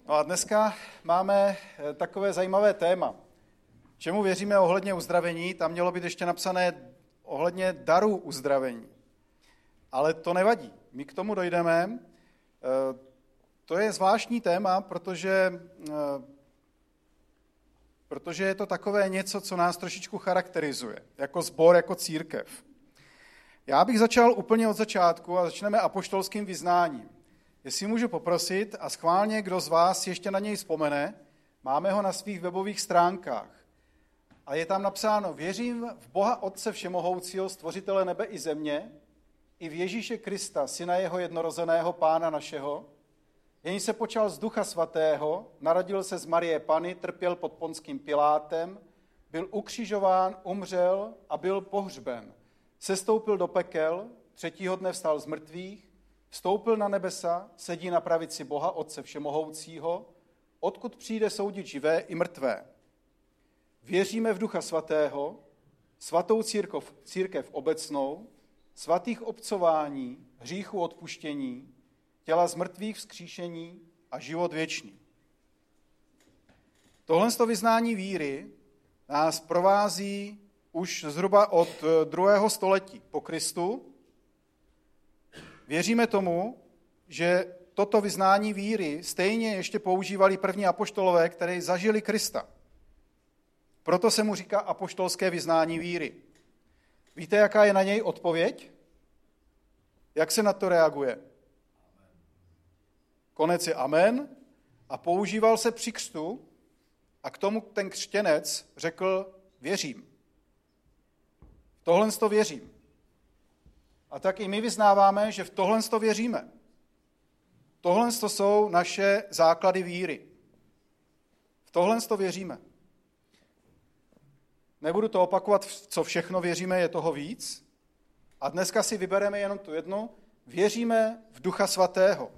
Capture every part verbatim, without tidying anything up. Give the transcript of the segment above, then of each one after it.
No a dneska máme takové zajímavé téma. Čemu věříme ohledně uzdravení? Tam mělo být ještě napsané ohledně darů uzdravení. Ale to nevadí. My k tomu dojdeme. To je zvláštní téma, protože, protože je to takové něco, co nás trošičku charakterizuje. Jako sbor, jako církev. Já bych začal úplně od začátku a začneme apoštolským vyznáním. Jestli můžu poprosit a schválně, kdo z vás ještě na něj vzpomene, máme ho na svých webových stránkách. A je tam napsáno: věřím v Boha Otce Všemohoucího, stvořitele nebe i země, i v Ježíše Krista, syna jeho jednorozeného, Pána našeho, jenž se počal z Ducha Svatého, narodil se z Marie Panny, trpěl pod Ponským Pilátem, byl ukřižován, umřel a byl pohřben. Sestoupil do pekel, třetího dne vstal z mrtvých, vstoupil na nebesa, sedí na pravici Boha Otce Všemohoucího, odkud přijde soudit živé i mrtvé. Věříme v Ducha Svatého, svatou církev, církev obecnou, svatých obcování, hříchu odpuštění, těla z mrtvých vzkříšení a život věčný. Tohle vyznání víry nás provází už zhruba od druhého století po Kristu. Věříme tomu, že toto vyznání víry stejně ještě používali první apoštolové, kteří zažili Krista. Proto se mu říká apoštolské vyznání víry. Víte, jaká je na něj odpověď? Jak se na to reaguje? Konec je amen a používal se při křtu a k tomu ten křtěnec řekl: věřím. Tohle to věřím. A tak i my vyznáváme, že v tohle to věříme. Tohle to jsou naše základy víry. V tohle to věříme. Nebudu to opakovat, co všechno věříme, je toho víc. A dneska si vybereme jenom tu jednu. Věříme v Ducha Svatého.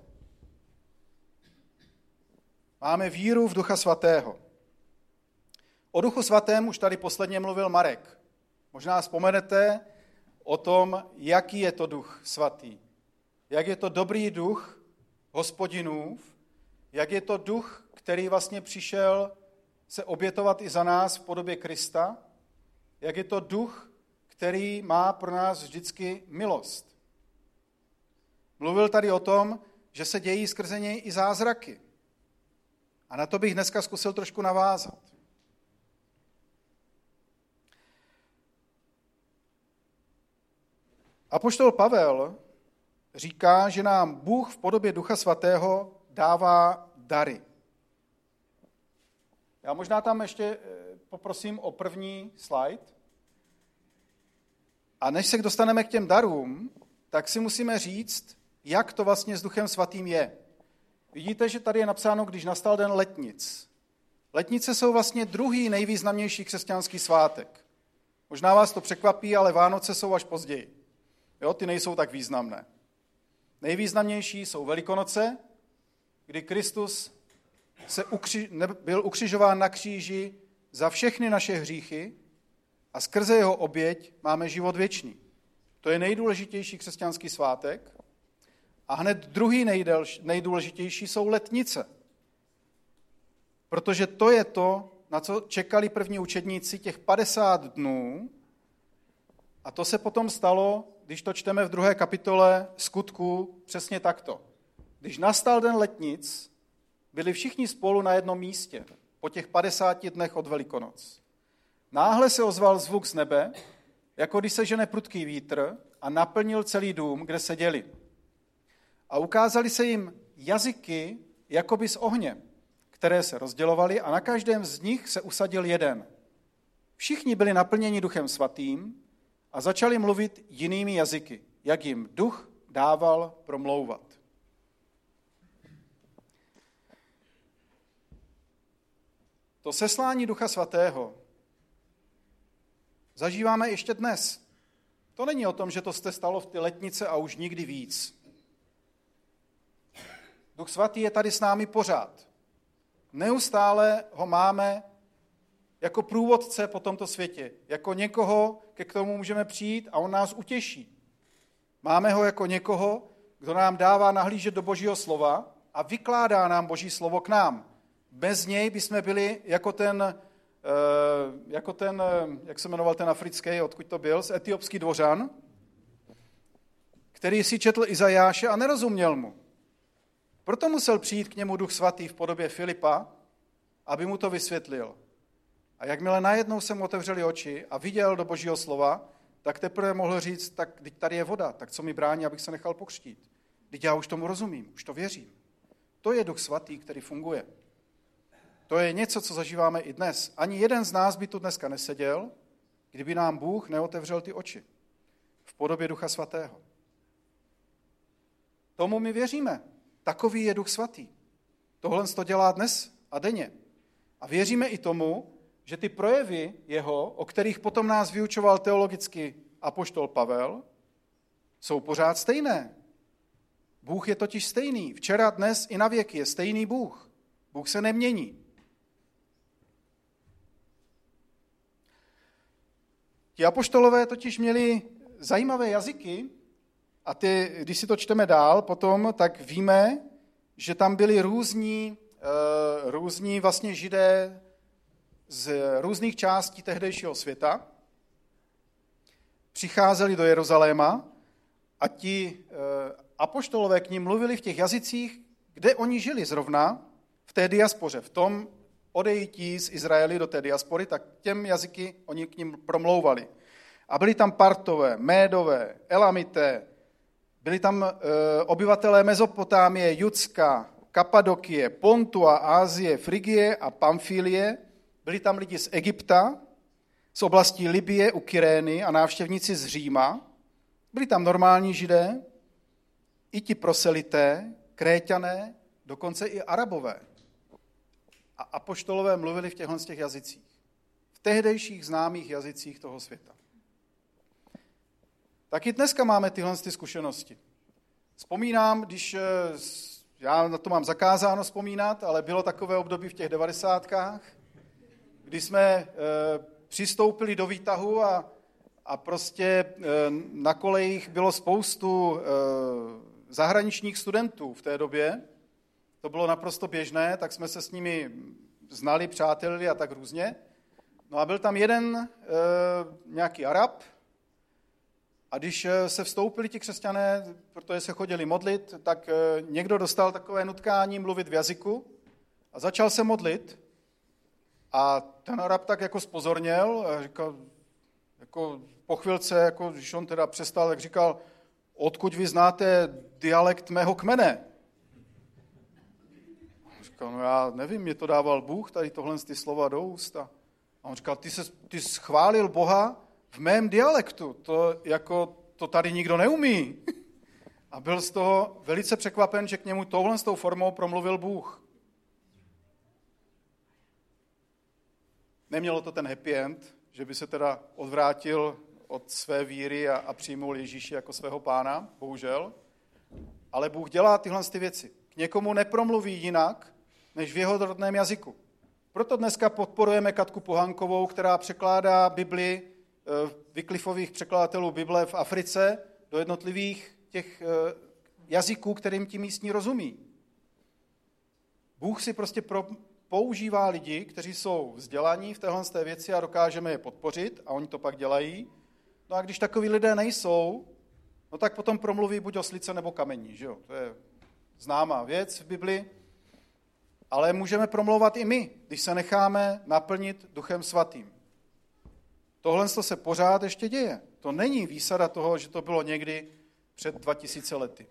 Máme víru v Ducha Svatého. O Duchu Svatém už tady posledně mluvil Marek. Možná vzpomenete o tom, jaký je to Duch Svatý. Jak je to dobrý duch Hospodinův, jak je to duch, který vlastně přišel se obětovat i za nás v podobě Krista, jak je to duch, který má pro nás vždycky milost. Mluvil tady o tom, že se dějí skrze něj i zázraky. A na to bych dneska zkusil trošku navázat. Apoštol Pavel říká, že nám Bůh v podobě Ducha Svatého dává dary. Já možná tam ještě poprosím o první slide. A než se dostaneme k těm darům, tak si musíme říct, jak to vlastně s Duchem Svatým je. Vidíte, že tady je napsáno, když nastal den letnic. Letnice jsou vlastně druhý nejvýznamnější křesťanský svátek. Možná vás to překvapí, ale Vánoce jsou až později. Jo, ty nejsou tak významné. Nejvýznamnější jsou Velikonoce, kdy Kristus se ukři, ne, byl ukřižován na kříži za všechny naše hříchy a skrze jeho oběť máme život věčný. To je nejdůležitější křesťanský svátek. A hned druhý nejdelž, nejdůležitější jsou letnice. Protože to je to, na co čekali první učedníci těch padesát dnů. A to se potom stalo, když to čteme v druhé kapitole Skutků, přesně takto. Když nastal den letnic, byli všichni spolu na jednom místě, po těch padesáti dnech od Velikonoc. Náhle se ozval zvuk z nebe, jako když se žene prudký vítr, a naplnil celý dům, kde seděli. A ukázali se jim jazyky jakoby z ohně, které se rozdělovaly, a na každém z nich se usadil jeden. Všichni byli naplněni Duchem Svatým a začali mluvit jinými jazyky, jak jim duch dával promlouvat. To seslání Ducha Svatého zažíváme ještě dnes. To není o tom, že to se stalo v ty letnice a už nikdy víc. Duch Svatý je tady s námi pořád. Neustále ho máme jako průvodce po tomto světě, jako někoho, ke kterému můžeme přijít a on nás utěší. Máme ho jako někoho, kdo nám dává nahlížet do Božího slova a vykládá nám Boží slovo k nám. Bez něj bychom byli jako ten, jako ten, jak se jmenoval ten africký, odkud to byl, z etiopský dvořan, který si četl Izajáše a nerozuměl mu. Proto musel přijít k němu Duch Svatý v podobě Filipa, aby mu to vysvětlil. A jakmile najednou se mu otevřely oči a viděl do Božího slova, tak teprve mohl říct, tak teď tady je voda, tak co mi brání, abych se nechal pokřtít. Teď já už tomu rozumím, už to věřím. To je Duch Svatý, který funguje. To je něco, co zažíváme i dnes. Ani jeden z nás by tu dneska neseděl, kdyby nám Bůh neotevřel ty oči v podobě Ducha Svatého. Tomu my věříme. Takový je Duch Svatý. Tohle to dělá dnes a denně. A věříme i tomu, že ty projevy jeho, o kterých potom nás vyučoval teologicky apoštol Pavel, jsou pořád stejné. Bůh je totiž stejný. Včera, dnes i na věky je stejný Bůh. Bůh se nemění. Ti apoštolové totiž měli zajímavé jazyky a ty, když si to čteme dál potom, tak víme, že tam byli různí, uh, různí vlastně židé z různých částí tehdejšího světa. Přicházeli do Jeruzaléma a ti uh, apoštolové k ním mluvili v těch jazycích, kde oni žili zrovna, v té diaspoře, v tom odejítí z Izraeli do té diaspory, tak těm jazyky oni k ním promlouvali. A byli tam Partové, Médové, Elamité, byli tam e, obyvatelé Mezopotámie, Judska, Kapadokie, Pontua, Ázie, Frigie a Pamfílie. Byli tam lidi z Egypta, z oblastí Libye u Kyrény a návštěvníci z Říma. Byli tam normální židé, i ti proselité, Kréťané, dokonce i Arabové. A apoštolové mluvili v těchto těch jazycích. V tehdejších známých jazycích toho světa. Taky dneska máme tyhle ty zkušenosti. Vzpomínám, když já na to mám zakázáno vzpomínat, ale bylo takové období v těch devadesátkách, kdy jsme přistoupili do výtahu a, a prostě na kolejích bylo spoustu zahraničních studentů v té době. To bylo naprosto běžné, tak jsme se s nimi znali, přátelili a tak různě. No a byl tam jeden e, nějaký Arab a když se vstoupili ti křesťané, protože se chodili modlit, tak e, někdo dostal takové nutkání mluvit v jazyku a začal se modlit a ten Arab tak jako spozorněl a říkal, jako po chvilce, jako, když on teda přestal, tak říkal, odkud vy znáte dialekt mého kmene? Říkal, no já nevím, mě to dával Bůh, tady tohle ty slova do úst. A on říkal, ty jsi ty schválil Boha v mém dialektu, to, jako, to tady nikdo neumí. A byl z toho velice překvapen, že k němu touhle s tou formou promluvil Bůh. Nemělo to ten happy end, že by se teda odvrátil od své víry a, a přijmul Ježíše jako svého pána, bohužel. Ale Bůh dělá tyhle ty věci. K někomu nepromluví jinak, než v jeho rodném jazyku. Proto dneska podporujeme Katku Pohankovou, která překládá Bibli, Wycliffových překladatelů Bible v Africe do jednotlivých těch jazyků, kterým ti místní rozumí. Bůh si prostě pro, používá lidi, kteří jsou vzdělaní v téhle té věci a dokážeme je podpořit a oni to pak dělají. No a když takoví lidé nejsou, no tak potom promluví buď oslice nebo kamení, že jo? To je známá věc v Bibli, ale můžeme promlouvat i my, když se necháme naplnit Duchem Svatým. Tohle se pořád ještě děje. To není výsada toho, že to bylo někdy před dva tisíce lety.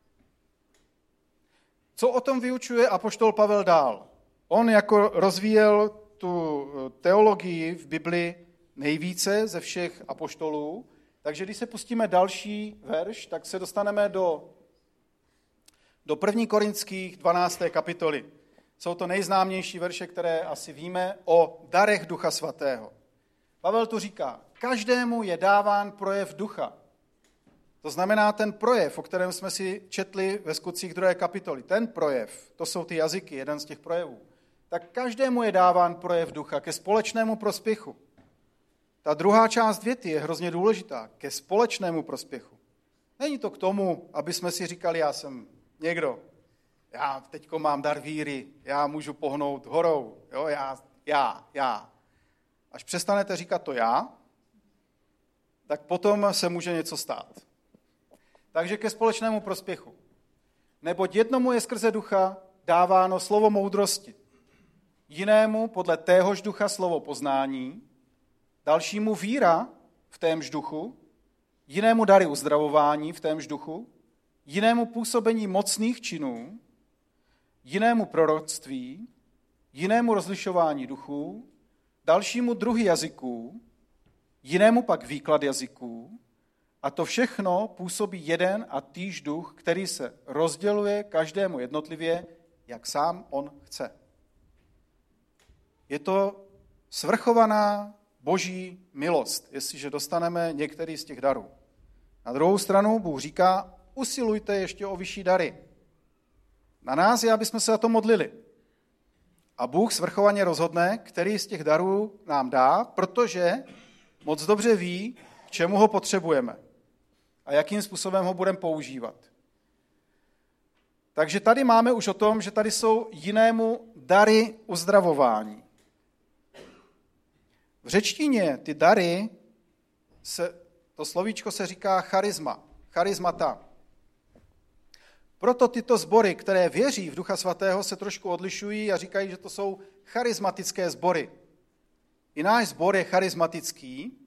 Co o tom vyučuje apoštol Pavel dál? On jako rozvíjel tu teologii v Bibli nejvíce ze všech apoštolů, takže když se pustíme další verš, tak se dostaneme do, do první Korinských dvanácté kapitoly. Jsou to nejznámější verše, které asi víme o darech Ducha Svatého. Pavel tu říká, každému je dáván projev ducha. To znamená ten projev, o kterém jsme si četli ve Skutcích druhé kapitoly. Ten projev, to jsou ty jazyky, jeden z těch projevů. Tak každému je dáván projev ducha ke společnému prospěchu. Ta druhá část věty je hrozně důležitá, ke společnému prospěchu. Není to k tomu, aby jsme si říkali, já jsem někdo. já teďko mám dar víry, já můžu pohnout horou, jo, já, já, já. Až přestanete říkat to já, tak potom se může něco stát. Takže ke společnému prospěchu. Neboť jednomu je skrze ducha dáváno slovo moudrosti, jinému podle téhož ducha slovo poznání, dalšímu víra v témž duchu, jinému dary uzdravování v témž duchu, jinému působení mocných činů, jinému proroctví, jinému rozlišování duchů, dalšímu druhy jazyků, jinému pak výklad jazyků, a to všechno působí jeden a týž duch, který se rozděluje každému jednotlivě, jak sám on chce. Je to svrchovaná boží milost, jestliže dostaneme některý z těch darů. Na druhou stranu Bůh říká, usilujte ještě o vyšší dary. Na nás je, aby jsme se za to modlili. A Bůh svrchovaně rozhodne, který z těch darů nám dá, protože moc dobře ví, k čemu ho potřebujeme a jakým způsobem ho budeme používat. Takže tady máme už o tom, že tady jsou jinému dary uzdravování. V řečtině ty dary, se, to slovíčko se říká charisma, charismata. Proto tyto sbory, které věří v Ducha Svatého, se trošku odlišují a říkají, že to jsou charismatické sbory. I náš sbor je charismatický,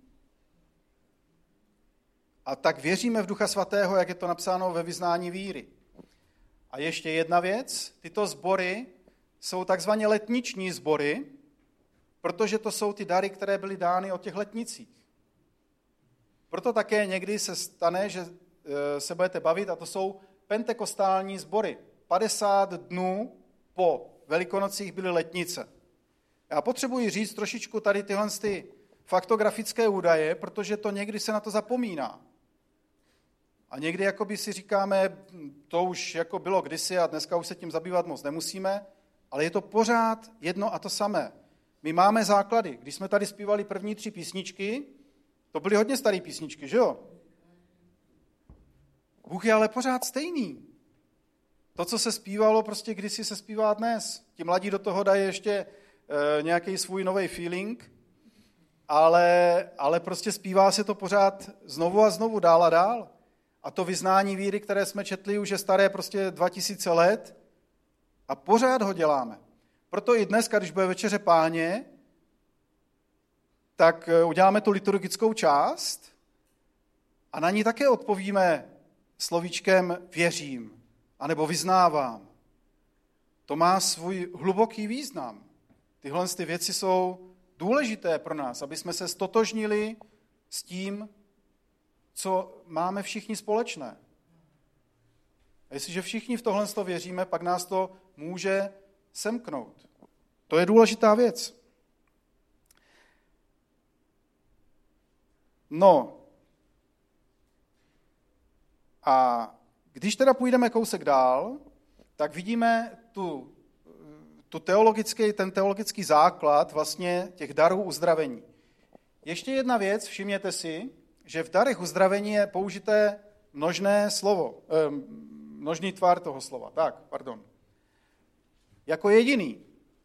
a tak věříme v Ducha Svatého, jak je to napsáno ve vyznání víry. A ještě jedna věc, tyto sbory jsou takzvaně letniční sbory, protože to jsou ty dary, které byly dány o těch letnicích. Proto také někdy se stane, že se budete bavit, a to jsou pentekostální sbory. padesát dnů po Velikonocích byly letnice. Já potřebuji říct trošičku tady tyhle ty faktografické údaje, protože to někdy se na to zapomíná. A někdy jakoby si říkáme, to už jako bylo kdysi a dneska už se tím zabývat moc nemusíme, ale je to pořád jedno a to samé. My máme základy. Když jsme tady zpívali první tři písničky, to byly hodně staré písničky, že jo? Bůh je ale pořád stejný. To, co se zpívalo, prostě kdysi se zpívá dnes. Ti mladí do toho dají ještě e, nějaký svůj nový feeling, ale, ale prostě zpívá se to pořád znovu a znovu, dál a dál. A to vyznání víry, které jsme četli, už je staré prostě dva tisíce let a pořád ho děláme. Proto i dneska, když bude večeře Páně, tak uděláme tu liturgickou část a na ní také odpovíme slovíčkem věřím, anebo vyznávám. To má svůj hluboký význam. Tyhle ty věci jsou důležité pro nás, aby jsme se stotožnili s tím, co máme všichni společné. A jestliže všichni v tohle věříme, pak nás to může semknout. To je důležitá věc. No, a když teda půjdeme kousek dál, tak vidíme tu, tu teologický, ten teologický základ vlastně těch darů uzdravení. Ještě jedna věc, všimněte si, že v darech uzdravení je použité množné slovo, eh, množný tvar toho slova. Tak, pardon. Jako jediný.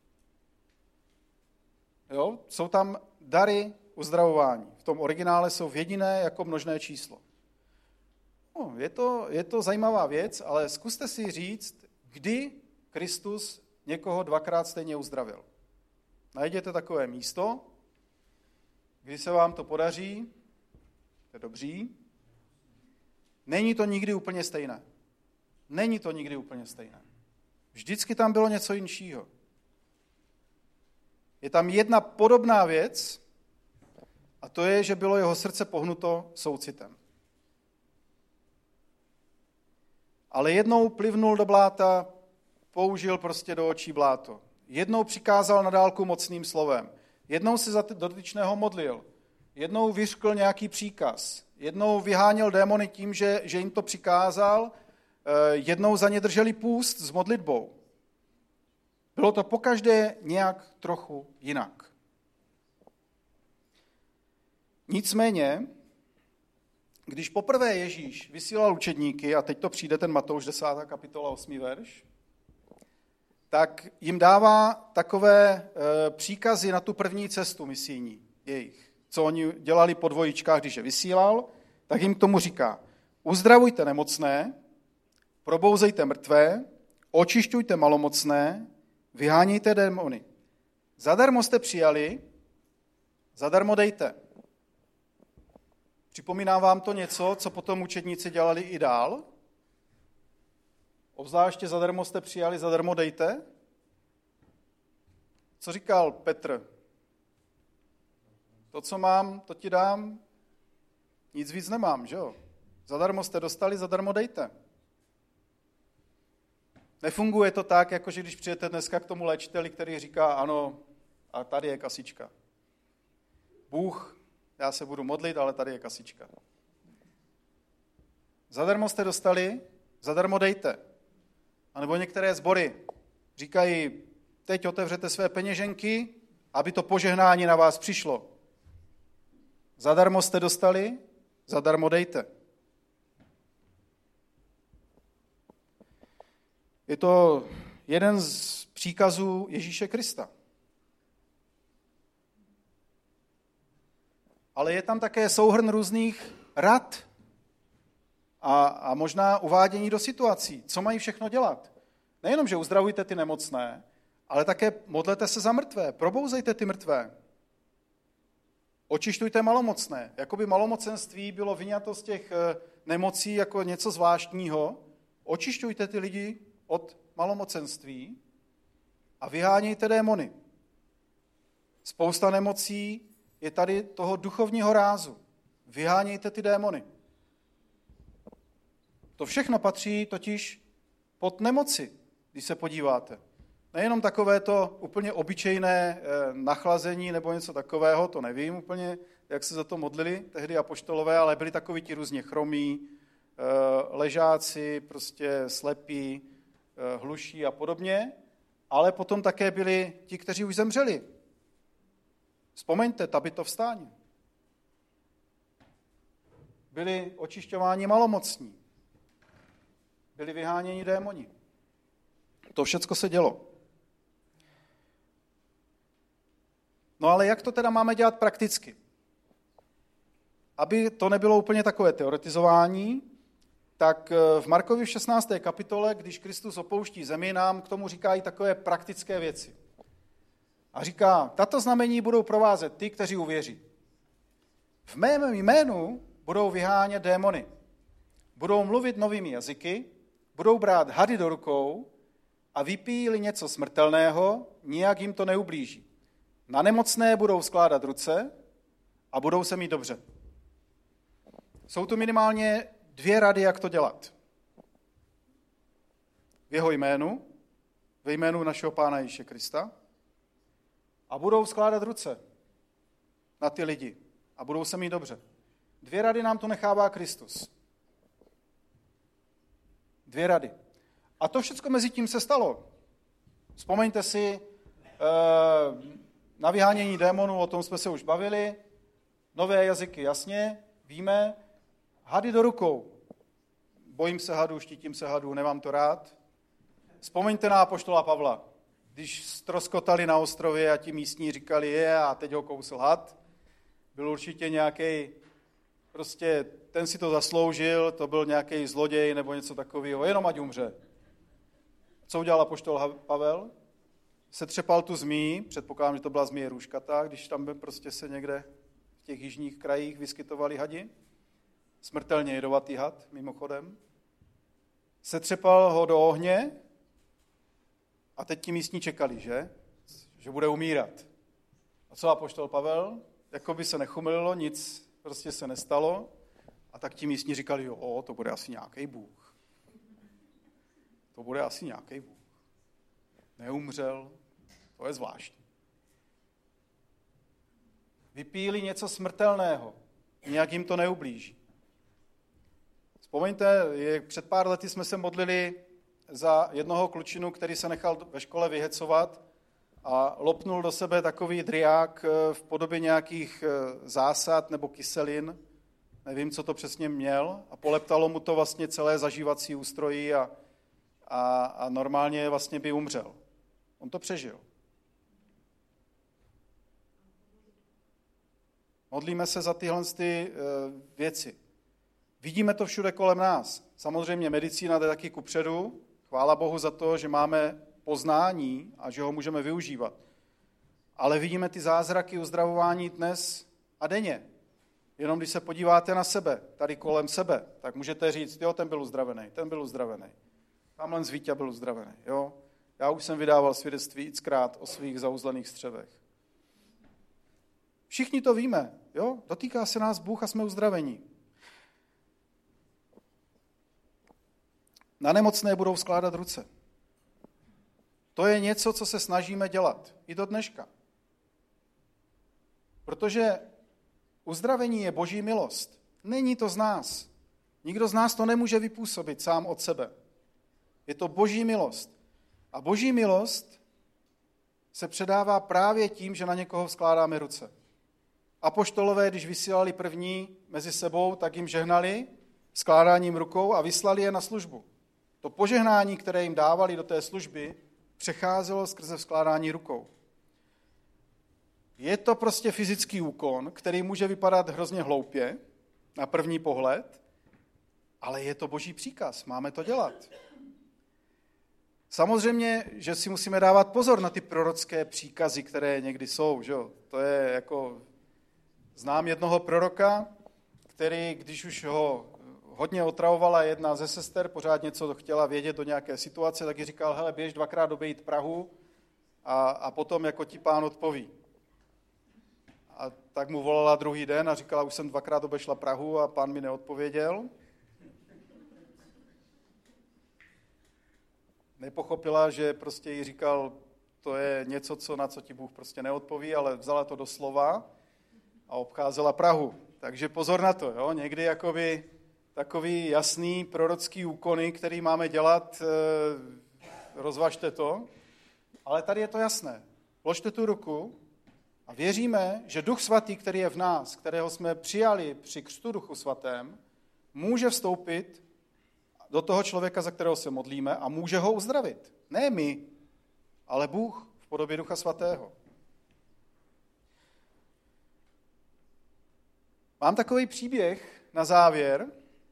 Jo? Jsou tam dary uzdravování. V tom originále jsou v jediné jako množné číslo. No, je to, je to zajímavá věc, ale zkuste si říct, kdy Kristus někoho dvakrát stejně uzdravil. Najděte takové místo, kdy se vám to podaří, to je dobří. Není to nikdy úplně stejné. Není to nikdy úplně stejné. Vždycky tam bylo něco jiného. Je tam jedna podobná věc a to je, že bylo jeho srdce pohnuto soucitem. Ale jednou plivnul do bláta, použil prostě do očí bláto. Jednou přikázal na dálku mocným slovem. Jednou se za dotyčného modlil. Jednou vyřkl nějaký příkaz. Jednou vyháněl démony tím, že, že jim to přikázal. Jednou za ně drželi půst s modlitbou. Bylo to pokaždé nějak trochu jinak. Nicméně, když poprvé Ježíš vysílal učedníky, a teď to přijde ten Matouš desátá kapitola osmý verš, tak jim dává takové e, příkazy na tu první cestu misijní jejich. Co oni dělali po dvojičkách, když je vysílal, tak jim k tomu říká: uzdravujte nemocné, probouzejte mrtvé, očišťujte malomocné, vyhánějte démony. Zadarmo jste přijali, zadarmo dejte. Připomíná vám to něco, co potom učedníci dělali i dál? Obzvláště zadarmo jste přijali, zadarmo dejte? Co říkal Petr? To, co mám, to ti dám, nic víc nemám, že jo? Zadarmo jste dostali, zadarmo dejte. Nefunguje to tak, jako že když přijete dneska k tomu léčiteli, který říká: ano, a tady je kasička. Bůh, já se budu modlit, ale tady je kasička. Zadarmo jste dostali, zadarmo dejte. A nebo některé sbory říkají: teď otevřete své peněženky, aby to požehnání na vás přišlo. Zadarmo jste dostali, zadarmo dejte. Je to jeden z příkazů Ježíše Krista. Ale je tam také souhrn různých rad a, a možná uvádění do situací, co mají všechno dělat. Nejenom, že uzdravujte ty nemocné, ale také modlete se za mrtvé, probouzejte ty mrtvé. Očišťujte malomocné. Jakoby malomocenství bylo vyňato z těch nemocí jako něco zvláštního. Očišťujte ty lidi od malomocenství a vyhánějte démony. Spousta nemocí je tady toho duchovního rázu. Vyhánějte ty démony. To všechno patří totiž pod nemoci, když se podíváte. Nejenom takové to úplně obyčejné nachlazení nebo něco takového, to nevím úplně, jak se za to modlili tehdy apoštolové, ale byli takoví ti různě chromí, ležáci, prostě slepí, hluší a podobně, ale potom také byli ti, kteří už zemřeli. Vzpomeňte, Tabito vstání. Byli očišťováni malomocní. Byli vyháněni démoni. To všecko se dělo. No ale jak to teda máme dělat prakticky? Aby to nebylo úplně takové teoretizování, tak v Markovi šestnácté kapitole, když Kristus opouští zemi, nám k tomu říká i takové praktické věci. A říká: tato znamení budou provázet ty, kteří uvěří. V mém jménu budou vyhánět démony. Budou mluvit novými jazyky, budou brát hady do rukou a vypijí-li něco smrtelného, nijak jim to neublíží. Na nemocné budou skládat ruce a budou se mít dobře. Jsou tu minimálně dvě rady, jak to dělat. V jeho jménu, ve jménu našeho Pána Ježíše Krista, a budou skládat ruce na ty lidi a budou se mít dobře. Dvě rady nám tu nechává Kristus. Dvě rady. A to všechno mezi tím se stalo. Vzpomeňte si na vyhánění démonů, o tom jsme se už bavili. Nové jazyky, jasně, víme. Hady do rukou. Bojím se hadů, štítím se hadů, nemám to rád. Vzpomeňte na apoštola Pavla. Když ztroskotali na ostrově a ti místní říkali: je, a teď ho kousl had. Byl určitě nějaký, prostě ten si to zasloužil, to byl nějaký zloděj nebo něco takového, jenom ať umře. Co udělal apoštol Pavel? Setřepal tu zmí, předpokládám, že to byla zmije růžkatá, když tam by prostě se někde v těch jižních krajích vyskytovali hadi. Smrtelně jedovatý had, mimochodem. Setřepal ho do ohně a teď ti místní čekali, že? Že bude umírat. A co apoštol Pavel? Jako by se nechumililo, nic prostě se nestalo. A tak ti místní říkali: jo, to bude asi nějaký Bůh. To bude asi nějaký Bůh. Neumřel, to je zvláštní. Vypíli něco smrtelného, nějak jim to neublíží. Vzpomeňte, před pár lety jsme se modlili za jednoho klučinu, který se nechal ve škole vyhecovat a lopnul do sebe takový driák v podobě nějakých zásad nebo kyselin. Nevím, co to přesně měl. A poleptalo mu to vlastně celé zažívací ústrojí a, a, a normálně vlastně by umřel. On to přežil. Modlíme se za tyhle ty věci. Vidíme to všude kolem nás. Samozřejmě medicína jde taky kupředu. Chvála Bohu za to, že máme poznání a že ho můžeme využívat. Ale vidíme ty zázraky uzdravování dnes a denně. Jenom když se podíváte na sebe, tady kolem sebe, tak můžete říct, jo, ten byl uzdravený, ten byl uzdravený. Tamhle z Vítě byl uzdravený, jo. Já už jsem vydával svědectví xkrát o svých zauzlených střevech. Všichni to víme, jo. Dotýká se nás Bůh a jsme uzdravení. Na nemocné budou skládat ruce. To je něco, co se snažíme dělat i do dneška. Protože uzdravení je boží milost. Není to z nás. Nikdo z nás to nemůže vypůsobit sám od sebe. Je to boží milost. A boží milost se předává právě tím, že na někoho skládáme ruce. Apoštolové, když vysílali první mezi sebou, tak jim žehnali skládáním rukou a vyslali je na službu. To požehnání, které jim dávali do té služby, přecházelo skrze skládání rukou. Je to prostě fyzický úkon, který může vypadat hrozně hloupě na první pohled, ale je to boží příkaz, máme to dělat. Samozřejmě, že si musíme dávat pozor na ty prorocké příkazy, které někdy jsou. Že? To je jako, znám jednoho proroka, který, když už ho hodně otravovala jedna ze sester, pořád něco chtěla vědět do nějaké situace, tak jí říkal, hele, běž dvakrát obejít Prahu a, a potom jako ti pán odpoví. A tak mu volala druhý den a říkala, už jsem dvakrát obešla Prahu a pán mi neodpověděl. Nepochopila, že prostě jí říkal, to je něco, co, na co ti Bůh prostě neodpoví, ale vzala to do slova a obcházela Prahu. Takže pozor na to, jo? Někdy jakoby takový jasný prorocký úkony, který máme dělat, rozvažte to, ale tady je to jasné. Vložte tu ruku a věříme, že Duch Svatý, který je v nás, kterého jsme přijali při křtu Duchu Svatém, může vstoupit do toho člověka, za kterého se modlíme a může ho uzdravit. Ne my, ale Bůh v podobě Ducha Svatého. Mám takový příběh na závěr.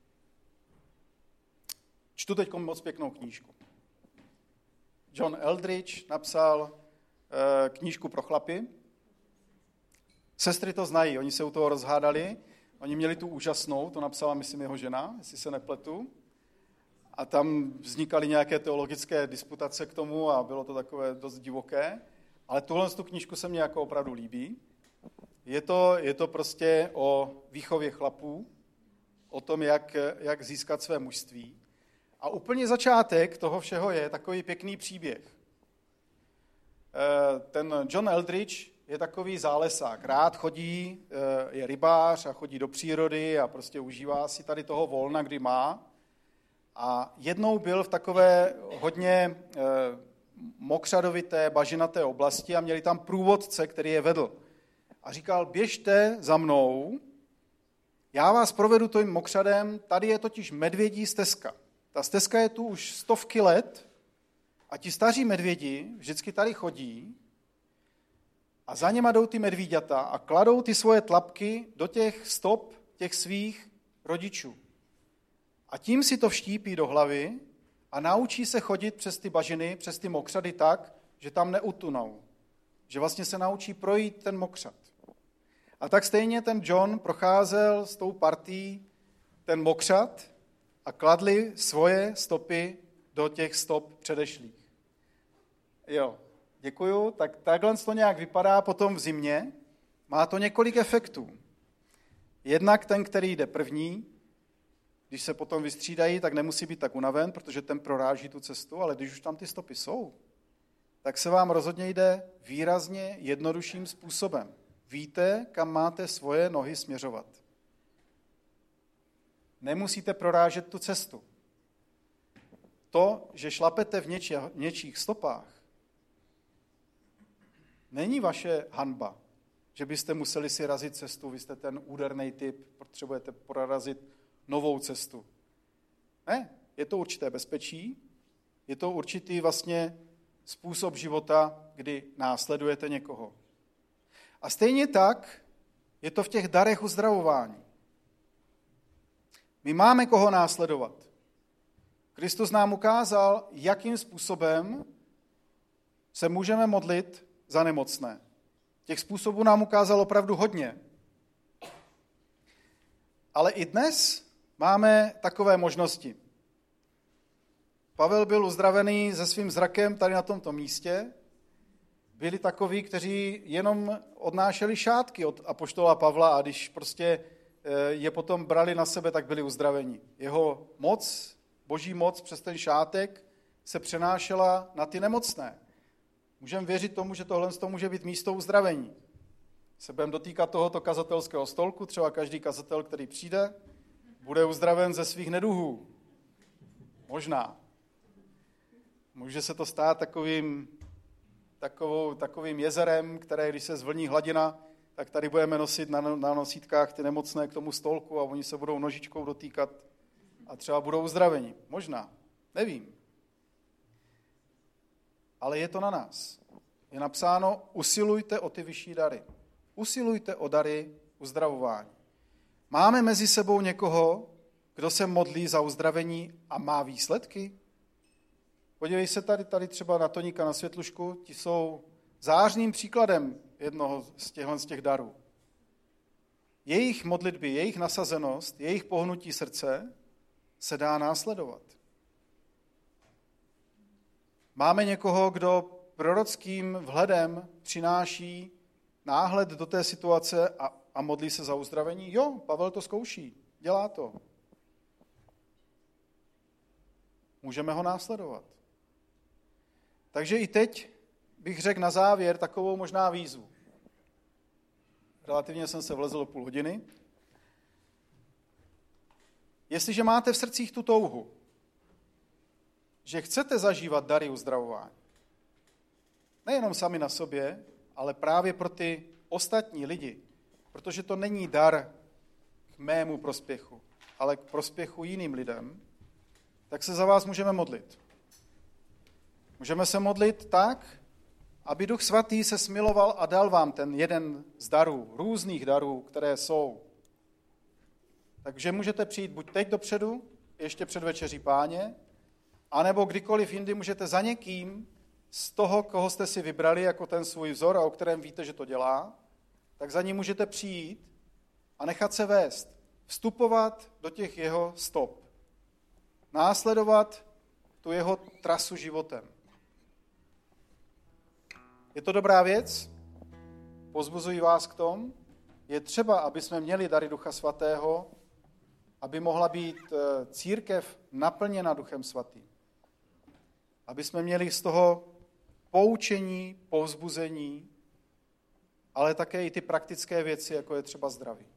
Čtu teď moc pěknou knížku. John Eldridge napsal e, knížku pro chlapy. Sestry to znají, oni se u toho rozhádali. Oni měli tu úžasnou, to napsala, myslím, jeho žena, jestli se nepletu. A tam vznikaly nějaké teologické disputace k tomu a bylo to takové dost divoké. Ale tuhle tu knížku se mně jako opravdu líbí. Je to, je to prostě o výchově chlapů, o tom, jak, jak získat své mužství. A úplně začátek toho všeho je takový pěkný příběh. Ten John Eldridge je takový zálesák. Rád chodí, je rybář a chodí do přírody a prostě užívá si tady toho volna, kdy má. A jednou byl v takové hodně mokřadovité, bažinaté oblasti a měli tam průvodce, který je vedl. A říkal, běžte za mnou, já vás provedu tím mokřadem, tady je totiž medvědí stezka. Ta stezka je tu už stovky let a ti staří medvědi vždycky tady chodí a za něma jdou ty medvíďata a kladou ty svoje tlapky do těch stop těch svých rodičů. A tím si to vštípí do hlavy a naučí se chodit přes ty bažiny, přes ty mokřady tak, že tam neutunou. Že vlastně se naučí projít ten mokřad. A tak stejně ten John procházel s tou partí ten mokřad a kladli svoje stopy do těch stop předešlých. Jo, děkuju. Tak takhle to nějak vypadá potom v zimě. Má to několik efektů. Jednak ten, který jde první, když se potom vystřídají, tak nemusí být tak unaven, protože ten proráží tu cestu, ale když už tam ty stopy jsou, tak se vám rozhodně jde výrazně jednodušším způsobem. Víte, kam máte svoje nohy směřovat. Nemusíte prorážet tu cestu. To, že šlapete v něči, něčích stopách, není vaše hanba, že byste museli si razit cestu, vy jste ten úderný typ, potřebujete prorazit novou cestu. Ne, je to určité bezpečí, je to určitý vlastně způsob života, kdy následujete někoho. A stejně tak je to v těch darech uzdravování. My máme koho následovat. Kristus nám ukázal, jakým způsobem se můžeme modlit za nemocné. Těch způsobů nám ukázal opravdu hodně. Ale i dnes máme takové možnosti. Pavel byl uzdravený se svým zrakem tady na tomto místě. Byli takoví, kteří jenom odnášeli šátky od apoštola Pavla a když prostě je potom brali na sebe, tak byli uzdraveni. Jeho moc, boží moc přes ten šátek se přenášela na ty nemocné. Můžeme věřit tomu, že tohle může být místo uzdravení. Se budeme dotýkat tohoto kazatelského stolku, třeba každý kazatel, který přijde, bude uzdraven ze svých neduhů. Možná. Může se to stát takovým, takovou, takovým jezerem, které, když se zvlní hladina, tak tady budeme nosit na, na nosítkách ty nemocné k tomu stolku a oni se budou nožičkou dotýkat a třeba budou uzdraveni. Možná. Nevím. Ale je to na nás. Je napsáno, usilujte o ty vyšší dary. Usilujte o dary uzdravování. Máme mezi sebou někoho, kdo se modlí za uzdravení a má výsledky? Podívej se tady, tady třeba na Toníka, na Světlušku, ti jsou zářným příkladem jednoho z těchto z těch darů. Jejich modlitby, jejich nasazenost, jejich pohnutí srdce se dá následovat. Máme někoho, kdo prorockým vhledem přináší náhled do té situace a, a modlí se za uzdravení? Jo, Pavel to zkouší, dělá to. Můžeme ho následovat. Takže i teď bych řekl na závěr takovou možná výzvu. Relativně jsem se vlezl do půl hodiny. Jestliže máte v srdcích tu touhu, že chcete zažívat dary uzdravování, nejenom sami na sobě, ale právě pro ty ostatní lidi, protože to není dar k mému prospěchu, ale k prospěchu jiným lidem, tak se za vás můžeme modlit. Můžeme se modlit tak, aby Duch Svatý se smiloval a dal vám ten jeden z darů, různých darů, které jsou. Takže můžete přijít buď teď dopředu, ještě před večeří Páně, anebo kdykoliv jindy můžete za někým z toho, koho jste si vybrali jako ten svůj vzor a o kterém víte, že to dělá, tak za ním můžete přijít a nechat se vést, vstupovat do těch jeho stop, následovat tu jeho trasu životem. Je to dobrá věc? Pozbuzuji vás k tomu. Je třeba, aby jsme měli dary Ducha Svatého, aby mohla být církev naplněna Duchem Svatým. Aby jsme měli z toho poučení, povzbuzení, ale také i ty praktické věci, jako je třeba zdraví.